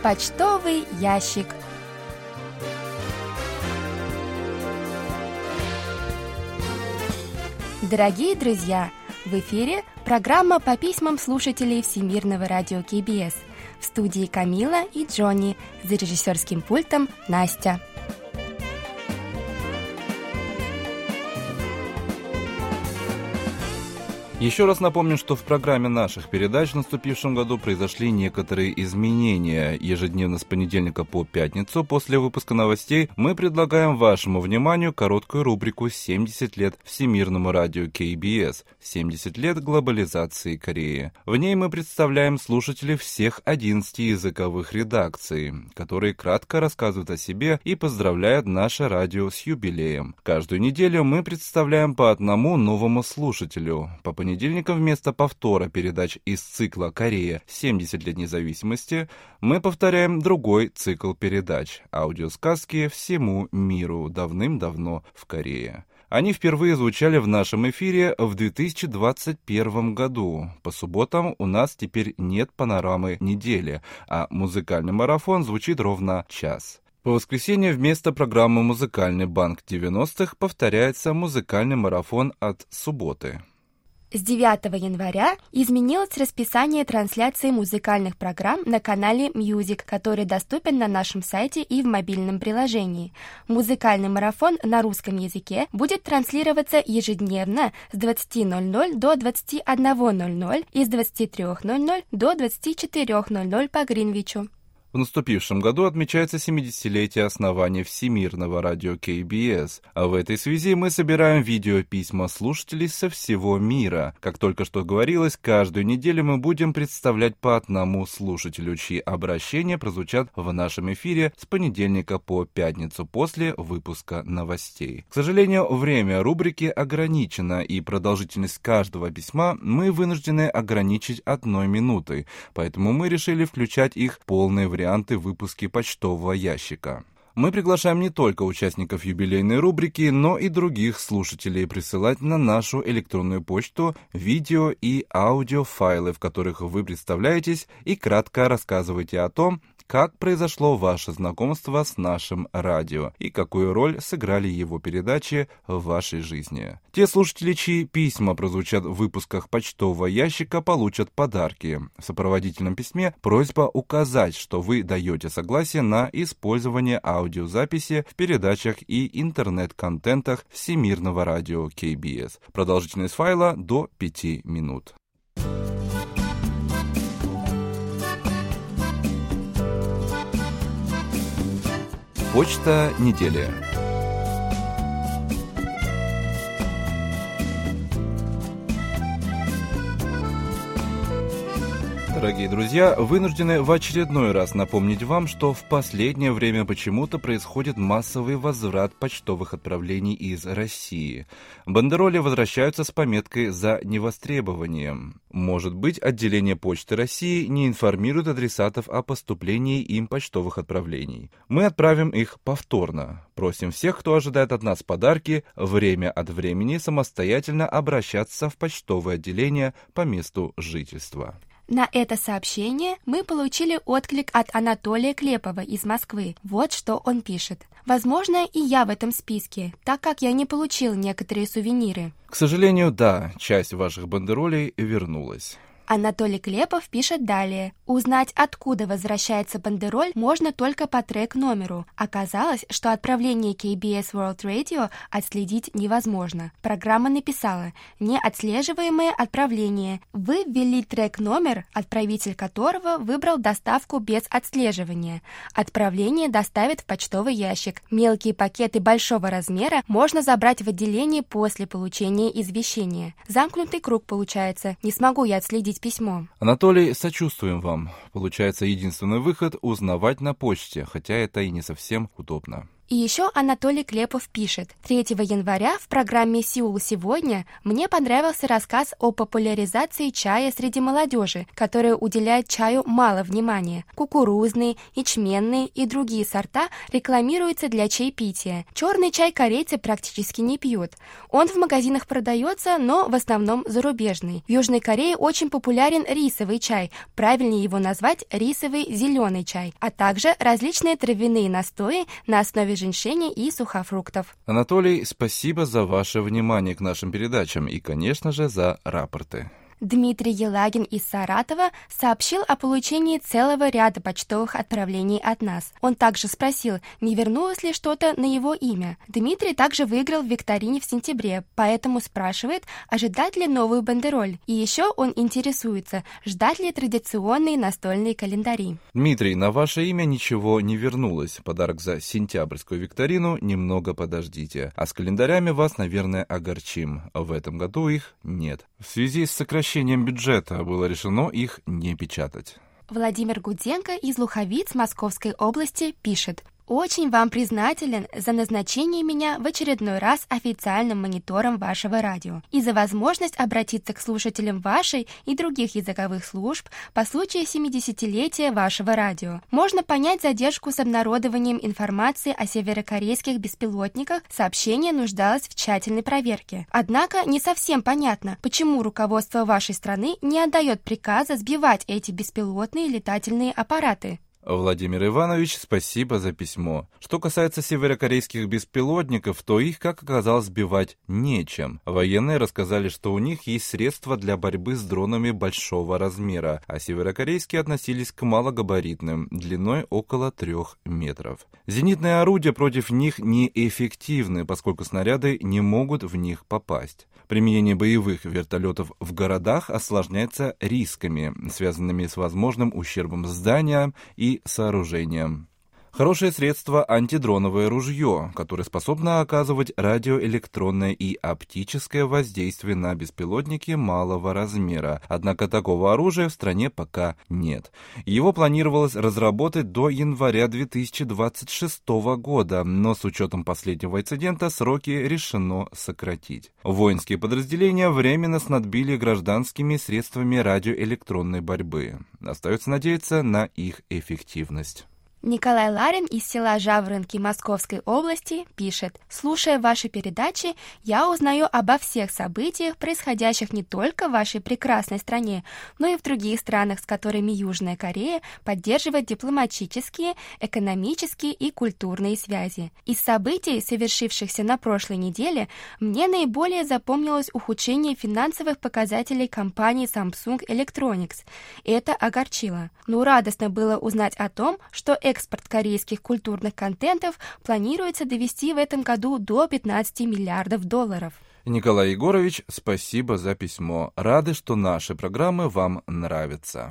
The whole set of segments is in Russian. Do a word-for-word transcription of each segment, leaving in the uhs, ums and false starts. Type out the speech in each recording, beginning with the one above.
Почтовый ящик. Дорогие друзья, в эфире программа по письмам слушателей Всемирного радио кей би эс. В студии Камила и Джонни, за режиссерским пультом Настя. Еще раз напомню, что в программе наших передач в наступившем году произошли некоторые изменения. Ежедневно с понедельника по пятницу после выпуска новостей мы предлагаем вашему вниманию короткую рубрику «семьдесят лет Всемирному радио кей би эс. семьдесят лет глобализации Кореи». В ней мы представляем слушателей всех одиннадцати языковых редакций, которые кратко рассказывают о себе и поздравляют наше радио с юбилеем. Каждую неделю мы представляем по одному новому слушателю. По понедельникам вместо повтора передач из цикла «Корея. семьдесят лет независимости» мы повторяем другой цикл передач «Аудиосказки всему миру давным-давно в Корее». Они впервые звучали в нашем эфире в две тысячи двадцать первом году. По субботам у нас теперь нет панорамы недели, а музыкальный марафон звучит ровно час. По воскресеньям вместо программы «Музыкальный банк девяностых» повторяется музыкальный марафон от субботы. С девятого января изменилось расписание трансляции музыкальных программ на канале Music, который доступен на нашем сайте и в мобильном приложении. Музыкальный марафон на русском языке будет транслироваться ежедневно с двадцати ноль-ноль до двадцати одного ноль-ноль и с двадцати трёх ноль-ноль до двадцати четырёх ноль-ноль по Гринвичу. В наступившем году отмечается семидесятилетие основания Всемирного радио кей би эс, а в этой связи мы собираем видеописьма слушателей со всего мира. Как только что говорилось, каждую неделю мы будем представлять по одному слушателю, чьи обращения прозвучат в нашем эфире с понедельника по пятницу после выпуска новостей. К сожалению, время рубрики ограничено, и продолжительность каждого письма мы вынуждены ограничить одной минутой, поэтому мы решили включать их полное время. Варианты выпуски почтового ящика. Мы приглашаем не только участников юбилейной рубрики, но и других слушателей присылать на нашу электронную почту видео и аудиофайлы, в которых вы представляетесь и кратко рассказываете о том, как произошло ваше знакомство с нашим радио и какую роль сыграли его передачи в вашей жизни. Те слушатели, чьи письма прозвучат в выпусках почтового ящика, получат подарки. В сопроводительном письме просьба указать, что вы даете согласие на использование аудиозаписи в передачах и интернет-контентах Всемирного радио кей би эс. Продолжительность файла до пяти минут. Почта недели. Дорогие друзья, вынуждены в очередной раз напомнить вам, что в последнее время почему-то происходит массовый возврат почтовых отправлений из России. Бандероли возвращаются с пометкой «За невостребованием». Может быть, отделение Почты России не информирует адресатов о поступлении им почтовых отправлений. Мы отправим их повторно. Просим всех, кто ожидает от нас подарки, время от времени самостоятельно обращаться в почтовое отделение по месту жительства. На это сообщение мы получили отклик от Анатолия Клепова из Москвы. Вот что он пишет. «Возможно, и я в этом списке, так как я не получил некоторые сувениры». К сожалению, да, часть ваших бандеролей вернулась. Анатолий Клепов пишет далее. Узнать, откуда возвращается бандероль, можно только по трек-номеру. Оказалось, что отправление кей би эс World Radio отследить невозможно. Программа написала «Неотслеживаемое отправление». Вы ввели трек-номер, отправитель которого выбрал доставку без отслеживания. Отправление доставят в почтовый ящик. Мелкие пакеты большого размера можно забрать в отделении после получения извещения. Замкнутый круг получается. Не смогу я отследить письмо. Анатолий, сочувствуем вам. Получается, единственный выход — узнавать на почте, хотя это и не совсем удобно. И еще Анатолий Клепов пишет: третьего января в программе «Сеул сегодня» мне понравился рассказ о популяризации чая среди молодежи, которая уделяет чаю мало внимания. Кукурузный, ячменный и другие сорта рекламируются для чаепития. Черный чай корейцы практически не пьют. Он в магазинах продается, но в основном зарубежный. В Южной Корее очень популярен рисовый чай, правильнее его назвать рисовый зеленый чай, а также различные травяные настои на основе женьшеня и сухофруктов. Анатолий, спасибо за ваше внимание к нашим передачам и, конечно же, за рапорты. Дмитрий Елагин из Саратова сообщил о получении целого ряда почтовых отправлений от нас. Он также спросил, не вернулось ли что-то на его имя. Дмитрий также выиграл в викторине в сентябре, поэтому спрашивает, ожидать ли новую бандероль. И еще он интересуется, ждать ли традиционные настольные календари. Дмитрий, на ваше имя ничего не вернулось. Подарок за сентябрьскую викторину немного подождите. А с календарями вас, наверное, огорчим. В этом году их нет. В связи с сокращением бюджета было решено их не печатать. Владимир Гуденко из Луховиц Московской области пишет: «Очень вам признателен за назначение меня в очередной раз официальным монитором вашего радио и за возможность обратиться к слушателям вашей и других языковых служб по случаю семидесятилетия вашего радио. Можно понять задержку с обнародованием информации о северокорейских беспилотниках, сообщение нуждалось в тщательной проверке. Однако не совсем понятно, почему руководство вашей страны не отдает приказа сбивать эти беспилотные летательные аппараты». Владимир Иванович, спасибо за письмо. Что касается северокорейских беспилотников, то их, как оказалось, сбивать нечем. Военные рассказали, что у них есть средства для борьбы с дронами большого размера, а северокорейские относились к малогабаритным, длиной около трех метров. Зенитные орудия против них неэффективны, поскольку снаряды не могут в них попасть. Применение боевых вертолетов в городах осложняется рисками, связанными с возможным ущербом зданиям и сооружениям. Хорошее средство – антидроновое ружье, которое способно оказывать радиоэлектронное и оптическое воздействие на беспилотники малого размера. Однако такого оружия в стране пока нет. Его планировалось разработать до января две тысячи двадцать шестого года, но с учетом последнего инцидента сроки решено сократить. Воинские подразделения временно снабдили гражданскими средствами радиоэлектронной борьбы. Остается надеяться на их эффективность. Николай Ларин из села Жаворонки Московской области пишет: «Слушая ваши передачи, я узнаю обо всех событиях, происходящих не только в вашей прекрасной стране, но и в других странах, с которыми Южная Корея поддерживает дипломатические, экономические и культурные связи. Из событий, совершившихся на прошлой неделе, мне наиболее запомнилось ухудшение финансовых показателей компании Samsung Electronics. Это огорчило. Но радостно было узнать о том, что экспорт корейских культурных контентов планируется довести в этом году до пятнадцати миллиардов долларов». Николай Егорович, спасибо за письмо. Рады, что наши программы вам нравятся.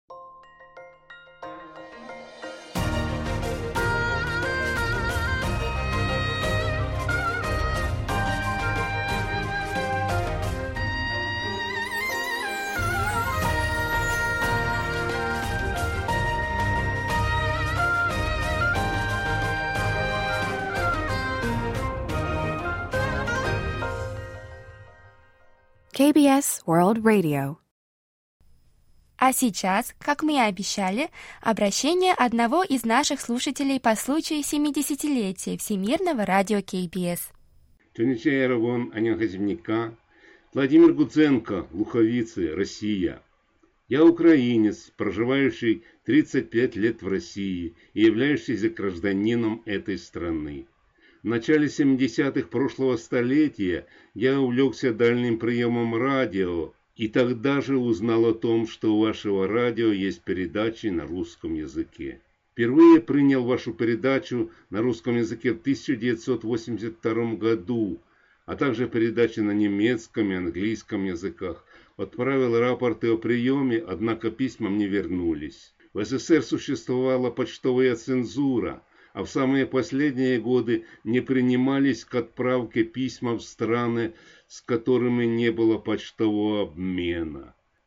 кей би эс World Radio. А сейчас, как мы и обещали, обращение одного из наших слушателей по случаю семидесятилетия Всемирного радио кей би эс. Тюничей Яровон, Аньяхазивника, Владимир Гудзенко, Луховицы, Россия. Я украинец, проживающий тридцать пять лет в России и являющийся гражданином этой страны. В начале семидесятых прошлого столетия я увлекся дальним приемом радио и тогда же узнал о том, что у вашего радио есть передачи на русском языке. Впервые принял вашу передачу на русском языке в тысяча девятьсот восемьдесят втором году, а также передачи на немецком и английском языках. Отправил рапорты о приеме, однако письма не вернулись. В СССР существовала почтовая цензура, а в самые последние годы не принимались к отправке письма в страны, с которыми не было почтового обмена.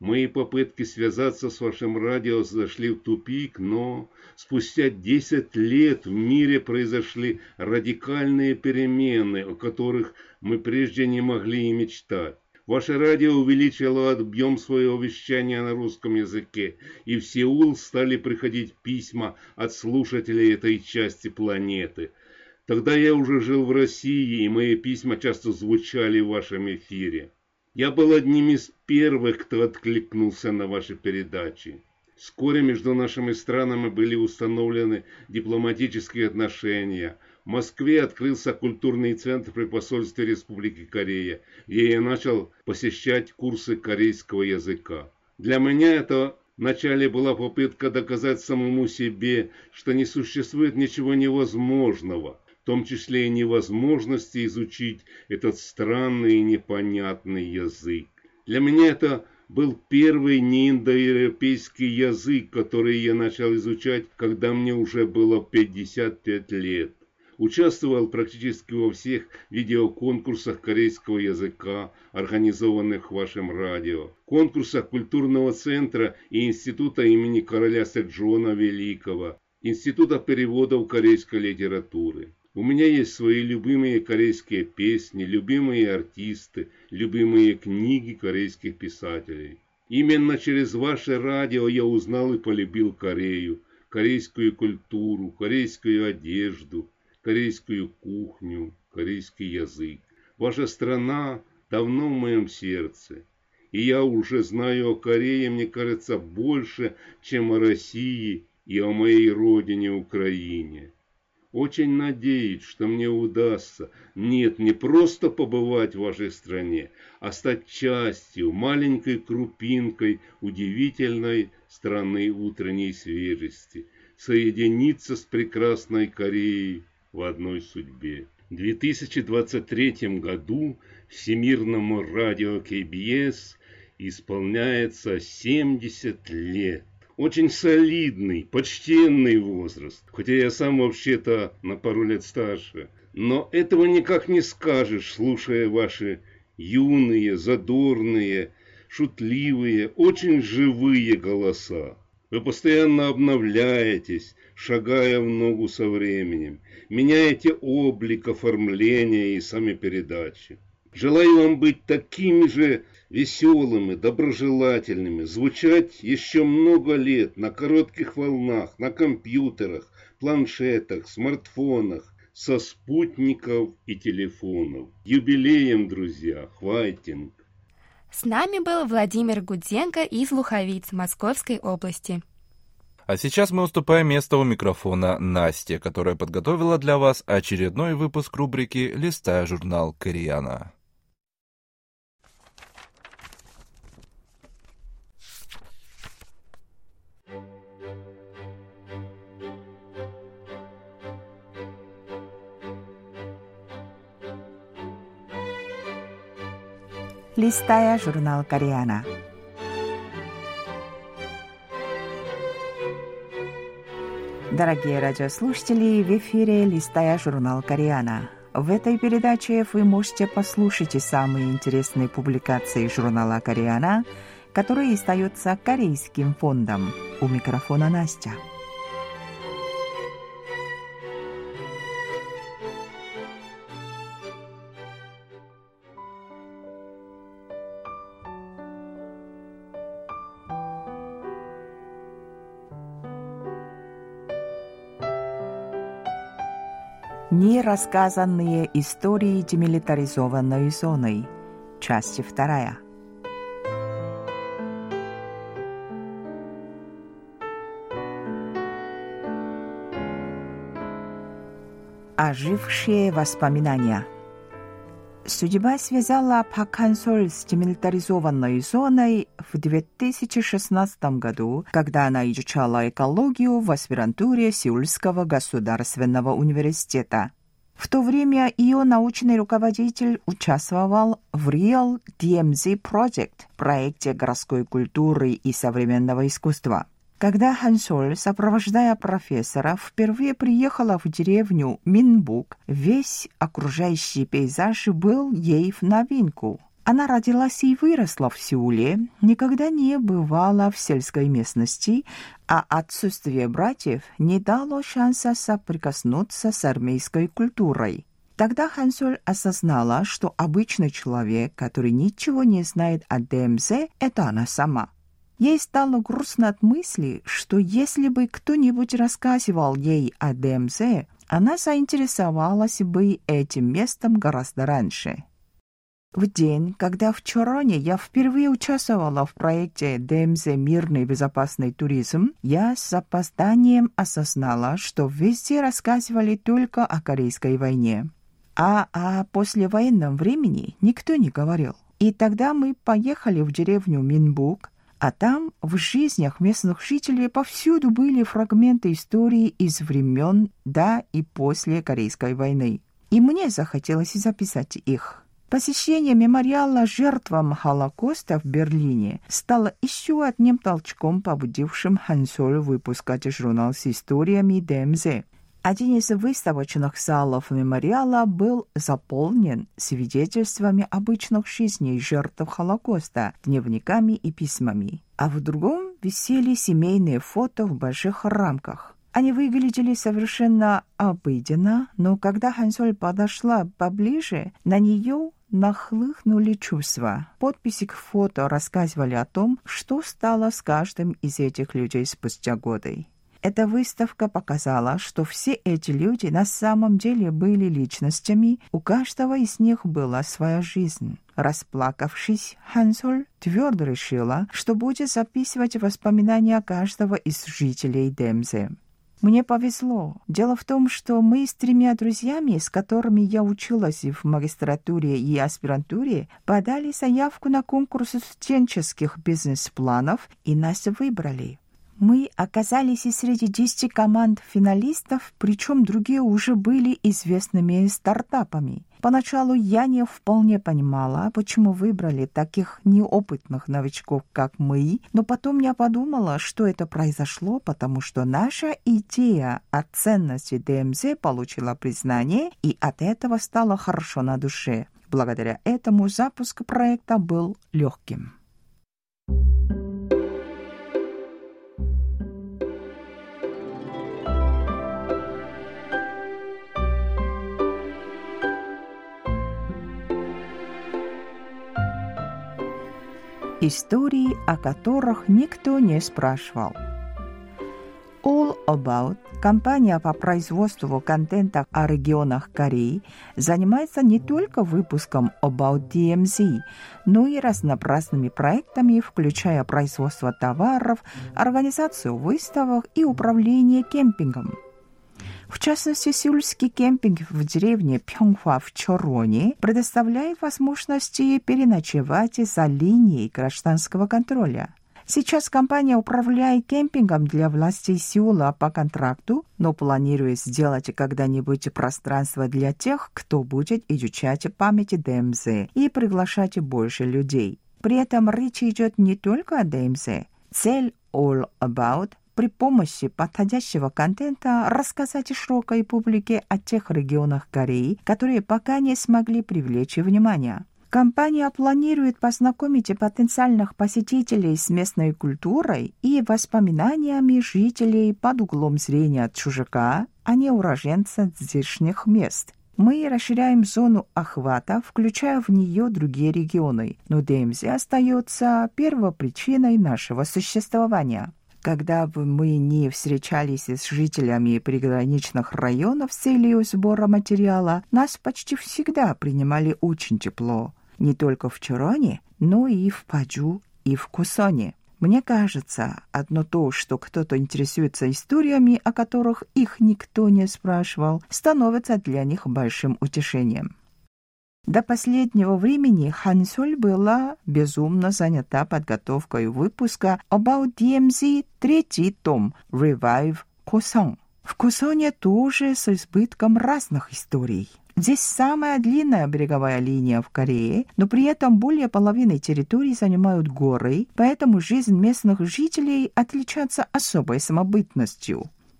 Мои попытки связаться с вашим радио зашли в тупик, но спустя десять лет в мире произошли радикальные перемены, о которых мы прежде не могли и мечтать. Ваше радио увеличило объем своего вещания на русском языке, и в Сеул стали приходить письма от слушателей этой части планеты. Тогда я уже жил в России, и мои письма часто звучали в вашем эфире. Я был одним из первых, кто откликнулся на ваши передачи. Вскоре между нашими странами были установлены дипломатические отношения. В Москве открылся культурный центр при посольстве Республики Корея, где я начал посещать курсы корейского языка. Для меня это вначале была попытка доказать самому себе, что не существует ничего невозможного, в том числе и невозможности изучить этот странный и непонятный язык. Для меня это был первый неиндоевропейский язык, который я начал изучать, когда мне уже было пятьдесят пять лет. Участвовал практически во всех видеоконкурсах корейского языка, организованных вашим радио, конкурсах культурного центра и института имени короля Сэджона Великого, института переводов корейской литературы. У меня есть свои любимые корейские песни, любимые артисты, любимые книги корейских писателей. Именно через ваше радио я узнал и полюбил Корею, корейскую культуру, корейскую одежду, корейскую кухню, корейский язык. Ваша страна давно в моем сердце, и я уже знаю о Корее, мне кажется, больше, чем о России и о моей родине Украине. Очень надеюсь, что мне удастся, нет, не просто побывать в вашей стране, а стать частью, маленькой крупинкой удивительной страны утренней свежести, соединиться с прекрасной Кореей в одной судьбе. В две тысячи двадцать третьем году Всемирному радио кей би эс исполняется семьдесят лет. Очень солидный, почтенный возраст, хотя я сам вообще-то на пару лет старше. Но этого никак не скажешь, слушая ваши юные, задорные, шутливые, очень живые голоса. Вы постоянно обновляетесь, шагая в ногу со временем, меняете облик, оформление и сами передачи. Желаю вам быть такими же веселыми, доброжелательными, звучать еще много лет на коротких волнах, на компьютерах, планшетах, смартфонах, со спутников и телефонов. Юбилеем, друзья, хватинг! С нами был Владимир Гудзенко из Луховиц Московской области. А сейчас мы уступаем место у микрофона Насте, которая подготовила для вас очередной выпуск рубрики «Листая журнал Кореяна». Листая журнал Кореяна. Дорогие радиослушатели, в эфире «Листая журнал Кореяна». В этой передаче вы можете послушать самые интересные публикации журнала Кореяна, которые издаются Корейским фондом. У микрофона Настя. Нерассказанные истории демилитаризованной зоны. Часть вторая. Ожившие воспоминания. Судьба связала Пак Хан-соль с демилитаризованной зоной в две тысячи шестнадцатом году, когда она изучала экологию в аспирантуре Сеульского государственного университета. В то время ее научный руководитель участвовал в Real ди эм зет Project, проекте городской культуры и современного искусства. Когда Хан-соль, сопровождая профессора, впервые приехала в деревню Минбук, весь окружающий пейзаж был ей в новинку. Она родилась и выросла в Сеуле, никогда не бывала в сельской местности, а отсутствие братьев не дало шанса соприкоснуться с армейской культурой. Тогда Хансоль осознала, что обычный человек, который ничего не знает о ДМЗ, это она сама. Ей стало грустно от мысли, что если бы кто-нибудь рассказывал ей о ДМЗ, она заинтересовалась бы этим местом гораздо раньше. В день, когда в Чороне я впервые участвовала в проекте ДМЗ «Мирный безопасный туризм», я с опозданием осознала, что везде рассказывали только о Корейской войне. А о послевоенном времени никто не говорил. И тогда мы поехали в деревню Минбук, а там в жизнях местных жителей повсюду были фрагменты истории из времен до и после Корейской войны. И мне захотелось записать их. Посещение мемориала жертвам Холокоста в Берлине стало еще одним толчком, побудившим Хансоль выпускать журнал с историями ДМЗ. Один из выставочных залов мемориала был заполнен свидетельствами обычных жизней жертв Холокоста, дневниками и письмами, а в другом висели семейные фото в больших рамках. Они выглядели совершенно обыденно, но когда Хансоль подошла поближе, на нее нахлынули чувства. Подписи к фото рассказывали о том, что стало с каждым из этих людей спустя годы. Эта выставка показала, что все эти люди на самом деле были личностями, у каждого из них была своя жизнь. Расплакавшись, Хансоль твердо решила, что будет записывать воспоминания каждого из жителей ДМЗ. Мне повезло. Дело в том, что мы с тремя друзьями, с которыми я училась в магистратуре и аспирантуре, подали заявку на конкурс студенческих бизнес-планов и нас выбрали. Мы оказались и среди десяти команд финалистов, причем другие уже были известными стартапами. Поначалу я не вполне понимала, почему выбрали таких неопытных новичков, как мы, но потом я подумала, что это произошло, потому что наша идея о ценности ДМЗ получила признание, и от этого стало хорошо на душе. Благодаря этому запуск проекта был легким. Истории, о которых никто не спрашивал. All About, компания по производству контента о регионах Кореи, занимается не только выпуском About ДМЗ, но и разнообразными проектами, включая производство товаров, организацию выставок и управление кемпингом. В частности, сеульский кемпинг в деревне Пхёнгхва в Чороне предоставляет возможности переночевать за линией гражданского контроля. Сейчас компания управляет кемпингом для властей Сеула по контракту, но планирует сделать когда-нибудь пространство для тех, кто будет изучать память ДМЗ и приглашать больше людей. При этом речь идет не только о ДМЗ. Цель All About – при помощи подходящего контента рассказать широкой публике о тех регионах Кореи, которые пока не смогли привлечь внимание. Компания планирует познакомить потенциальных посетителей с местной культурой и воспоминаниями жителей под углом зрения чужака, а не уроженца здешних мест. Мы расширяем зону охвата, включая в нее другие регионы, но ДМЗ остается первопричиной нашего существования. Когда бы мы не встречались с жителями приграничных районов с целью сбора материала, нас почти всегда принимали очень тепло. Не только в Чороне, но и в Паджу, и в Кусоне. Мне кажется, одно то, что кто-то интересуется историями, о которых их никто не спрашивал, становится для них большим утешением. До последнего времени Хансоль была безумно занята подготовкой выпуска About ДМЗ третий том Revive Koson. В Кусоне тоже с избытком разных историй. Здесь самая длинная береговая линия в Корее, но при этом более половины территории занимают горы, поэтому жизнь местных жителей отличается особой самобытностью.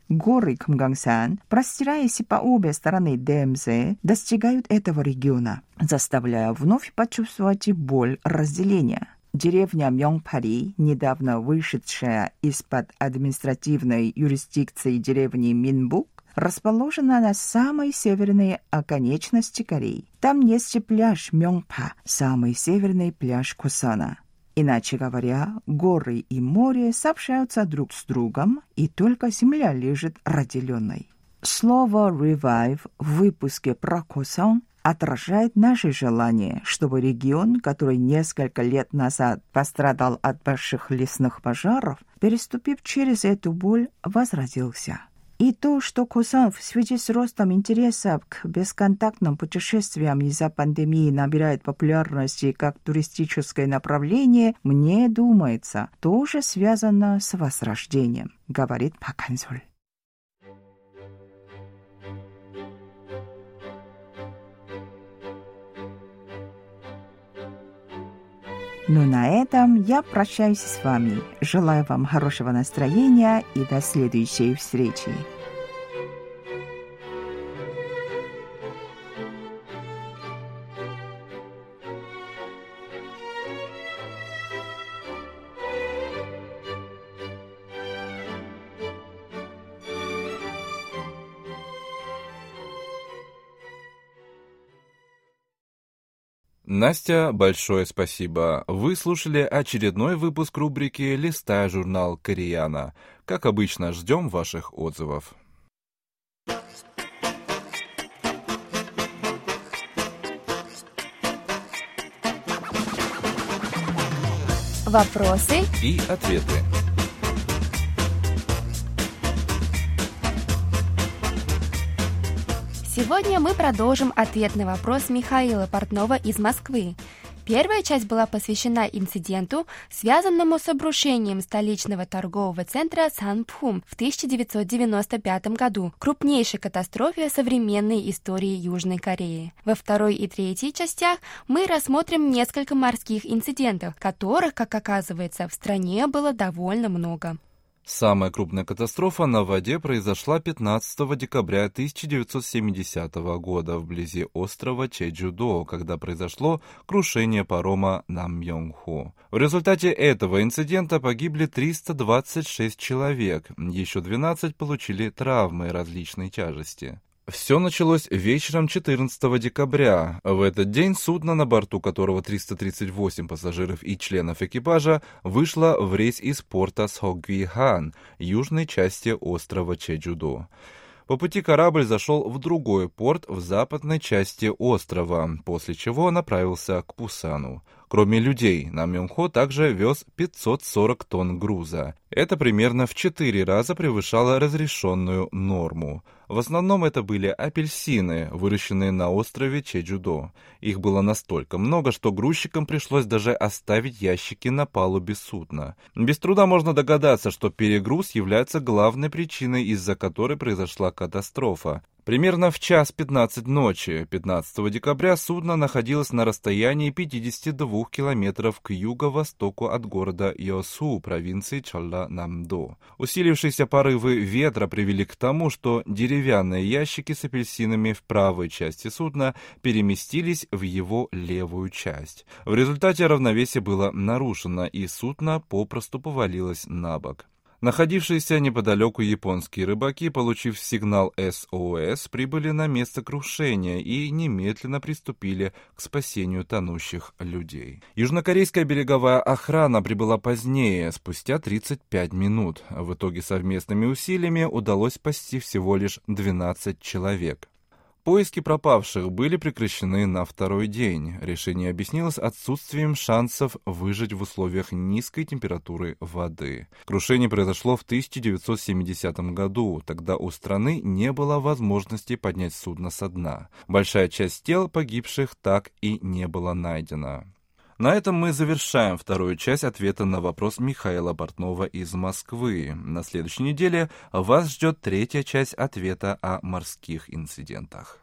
Горы Кымгангсан, простираясь по обе стороны ДМЗ, достигают этого региона, заставляя вновь почувствовать боль разделения. Деревня Мёнгпари, недавно вышедшая из-под административной юрисдикции деревни Минбук, расположена на самой северной оконечности Кореи. Там есть пляж Мёнгпа, самый северный пляж Кусана. Иначе говоря, горы и море сообщаются друг с другом, и только земля лежит разделенной. Слово «revive» в выпуске про Косан отражает наше желание, чтобы регион, который несколько лет назад пострадал от больших лесных пожаров, переступив через эту боль, возродился. И то, что Косан в связи с ростом интереса к бесконтактным путешествиям из-за пандемии набирает популярности как туристическое направление, мне думается, тоже связано с возрождением, говорит Пак Хан-соль. Ну, на этом я прощаюсь с вами. Желаю вам хорошего настроения и до следующей встречи. Настя, большое спасибо. Вы слушали очередной выпуск рубрики «Листая журнал Кореяна». Как обычно, ждем ваших отзывов. Вопросы и ответы. Сегодня мы продолжим ответ на вопрос Михаила Портнова из Москвы. Первая часть была посвящена инциденту, связанному с обрушением столичного торгового центра Санпхум в тысяча девятьсот девяносто пятом году, крупнейшей катастрофе современной истории Южной Кореи. Во второй и третьей частях мы рассмотрим несколько морских инцидентов, которых, как оказывается, в стране было довольно много. Самая крупная катастрофа на воде произошла пятнадцатого декабря тысяча девятьсот семидесятого года вблизи острова Чеджудо, когда произошло крушение парома Наммёнгхо. В результате этого инцидента погибли триста двадцать шесть человек, еще двенадцать получили травмы различной тяжести. Все началось вечером четырнадцатого декабря. В этот день судно, на борту которого триста тридцать восемь пассажиров и членов экипажа, вышло в рейс из порта Согвихан, южной части острова Чеджудо. По пути корабль зашел в другой порт в западной части острова, после чего направился к Пусану. Кроме людей, Наммёнгхо также вез пятьсот сорок тонн груза. Это примерно в четыре раза превышало разрешенную норму. В основном это были апельсины, выращенные на острове Чеджудо. Их было настолько много, что грузчикам пришлось даже оставить ящики на палубе судна. Без труда можно догадаться, что перегруз является главной причиной, из-за которой произошла катастрофа. Примерно в час пятнадцать ночи пятнадцатого декабря судно находилось на расстоянии пятидесяти двух километров к юго-востоку от города Йосу, провинции Чолла-Намдо. Усилившиеся порывы ветра привели к тому, что деревянные ящики с апельсинами в правой части судна переместились в его левую часть. В результате равновесие было нарушено, и судно попросту повалилось на бок. Находившиеся неподалеку японские рыбаки, получив сигнал эс о эс, прибыли на место крушения и немедленно приступили к спасению тонущих людей. Южнокорейская береговая охрана прибыла позднее, спустя тридцать пять минут. В итоге совместными усилиями удалось спасти всего лишь двенадцать человек. Поиски пропавших были прекращены на второй день. Решение объяснилось отсутствием шансов выжить в условиях низкой температуры воды. Крушение произошло в тысяча девятьсот семидесятом году. Тогда у страны не было возможности поднять судно со дна. Большая часть тел погибших так и не была найдена. На этом мы завершаем вторую часть ответа на вопрос Михаила Портнова из Москвы. На следующей неделе вас ждет третья часть ответа о морских инцидентах.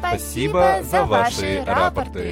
Спасибо за ваши рапорты.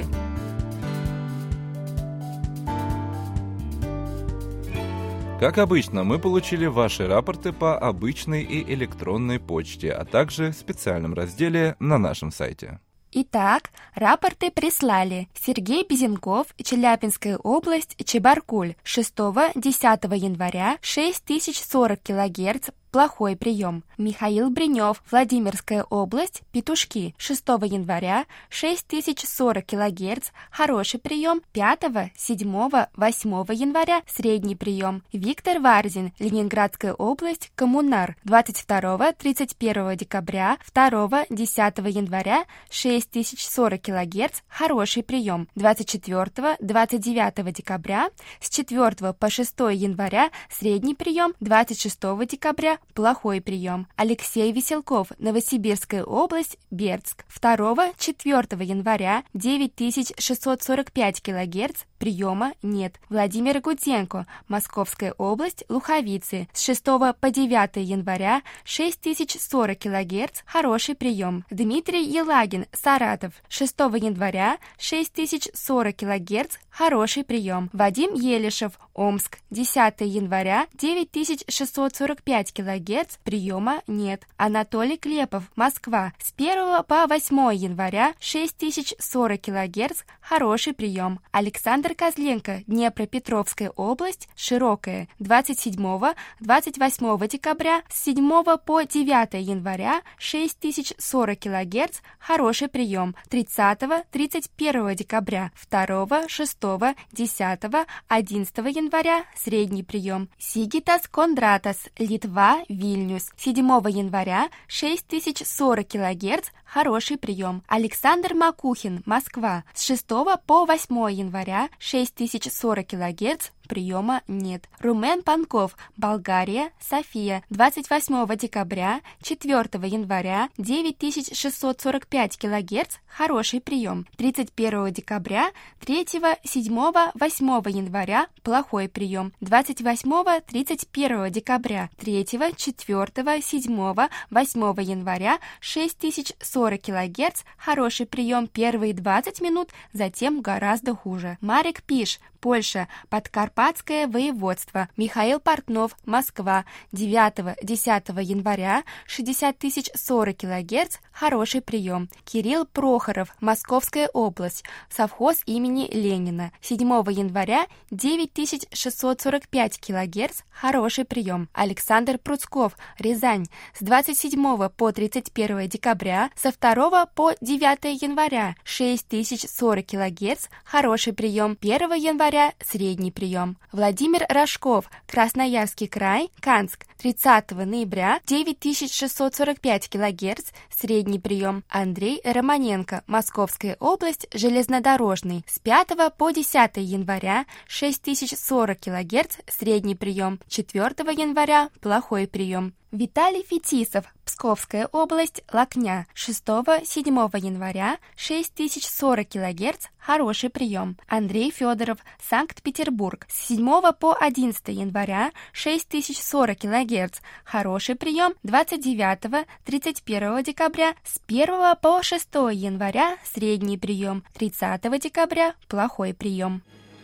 Как обычно, мы получили ваши рапорты по обычной и электронной почте, а также в специальном разделе на нашем сайте. Итак, рапорты прислали Сергей Безенков, Челябинская область, Чебаркуль, шестого-десятого января, шесть тысяч сорок килогерц, плохой прием. Михаил Бринев, Владимирская область, Петушки, шестого января, шесть тысяч сорок килогерц, хороший прием. пятого, седьмого, восьмого января, средний прием. Виктор Варзин, Ленинградская область, Коммунар, двадцать второго-тридцать первого декабря, второго-десятого января, шесть тысяч сорок килогерц, хороший прием. двадцать четвёртого-двадцать девятого декабря, с четвёртого по шестое января, средний прием. двадцать шестого декабря, плохой прием. Алексей Веселков, Новосибирская область, Бердск, второго-четвёртого января, девять тысяч шестьсот сорок пять килогерц, приема нет. Владимир Гудзенко, Московская область, Луховицы, с шестого по девятое января, шесть тысяч сорок килогерц, хороший прием. Дмитрий Елагин, Саратов, шестого января, шесть тысяч сорок килогерц, хороший прием. Вадим Елишев, Омск, десятого января, девять тысяч шестьсот сорок пять килогерц, приема нет. Анатолий Клепов, Москва, с первого по восьмое января, шесть тысяч сорок килогерц, хороший прием. Александр Козленко, Днепропетровская область, Широкая, двадцать седьмого-двадцать восьмого декабря, с седьмого по девятое января, шесть тысяч сорок килогерц, хороший прием. тридцатого-тридцать первого декабря, второго, шестого, десятого, одиннадцатого января, средний прием. Сигитас Кондратас, Литва, Вильнюс, седьмого января, шесть тысяч сорок килогерц, хороший прием. Александр Макухин, Москва, с шестого по восьмое января, шесть тысяч сорок килогерц, приема нет. Румен Панков, Болгария, София, двадцать восьмого декабря, четвёртого января, девять тысяч шестьсот сорок пять килогерц, хороший прием. тридцать первого декабря, третьего, седьмого, восьмого января, плохой прием. двадцать восьмого-тридцать первого декабря, третьего, четвёртого, седьмого, восьмого января, шесть тысяч сорок килогерц, хороший прием первые двадцать минут, затем гораздо хуже. Марик Пиш, Польша, Подкарпатское воеводство, Михаил Портнов, Москва, девятого-десятого января, шестьдесят тысяч сорок килогерц, хороший прием. Кирилл Прохоров, Московская область, совхоз имени Ленина, седьмого января, девять тысяч шестьсот сорок пять килогерц, хороший прием. Александр Пруцков, Рязань, с двадцать седьмого по тридцать первое декабря, со второго по девятое января, шесть тысяч сорок килогерц, хороший прием. первого января, средний прием. Владимир Рожков, Красноярский край, Канск, тридцатого ноября, девять тысяч шестьсот сорок пять килогерц, средний прием. Андрей Романенко, Московская область, железнодорожный, с пятого по десятое января, шесть тысяч сорок килогерц, средний прием. четвёртого января, плохой прием. Виталий Фетисов, Псковская область, Лакня, шестого-седьмого января, шесть тысяч сорок килогерц, хороший прием. Андрей Федоров, Санкт-Петербург, с седьмого по одиннадцатое января, шесть тысяч сорок килогерц, хороший прием. двадцать девятого-тридцать первого декабря, с первого по шестое января, средний прием. тридцатого декабря, плохой прием.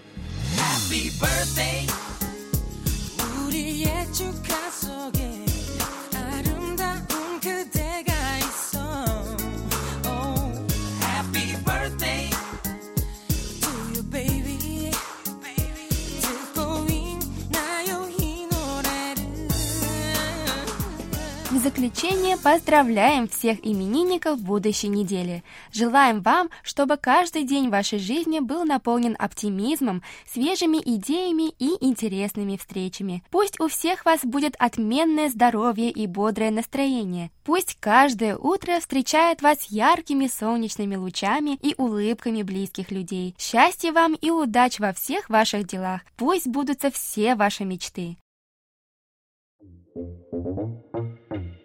Happy birthday. В заключение поздравляем всех именинников будущей недели. Желаем вам, чтобы каждый день вашей жизни был наполнен оптимизмом, свежими идеями и интересными встречами. Пусть у всех вас будет отменное здоровье и бодрое настроение. Пусть каждое утро встречает вас яркими солнечными лучами и улыбками близких людей. Счастья вам и удач во всех ваших делах. Пусть сбудутся все ваши мечты. Thank you.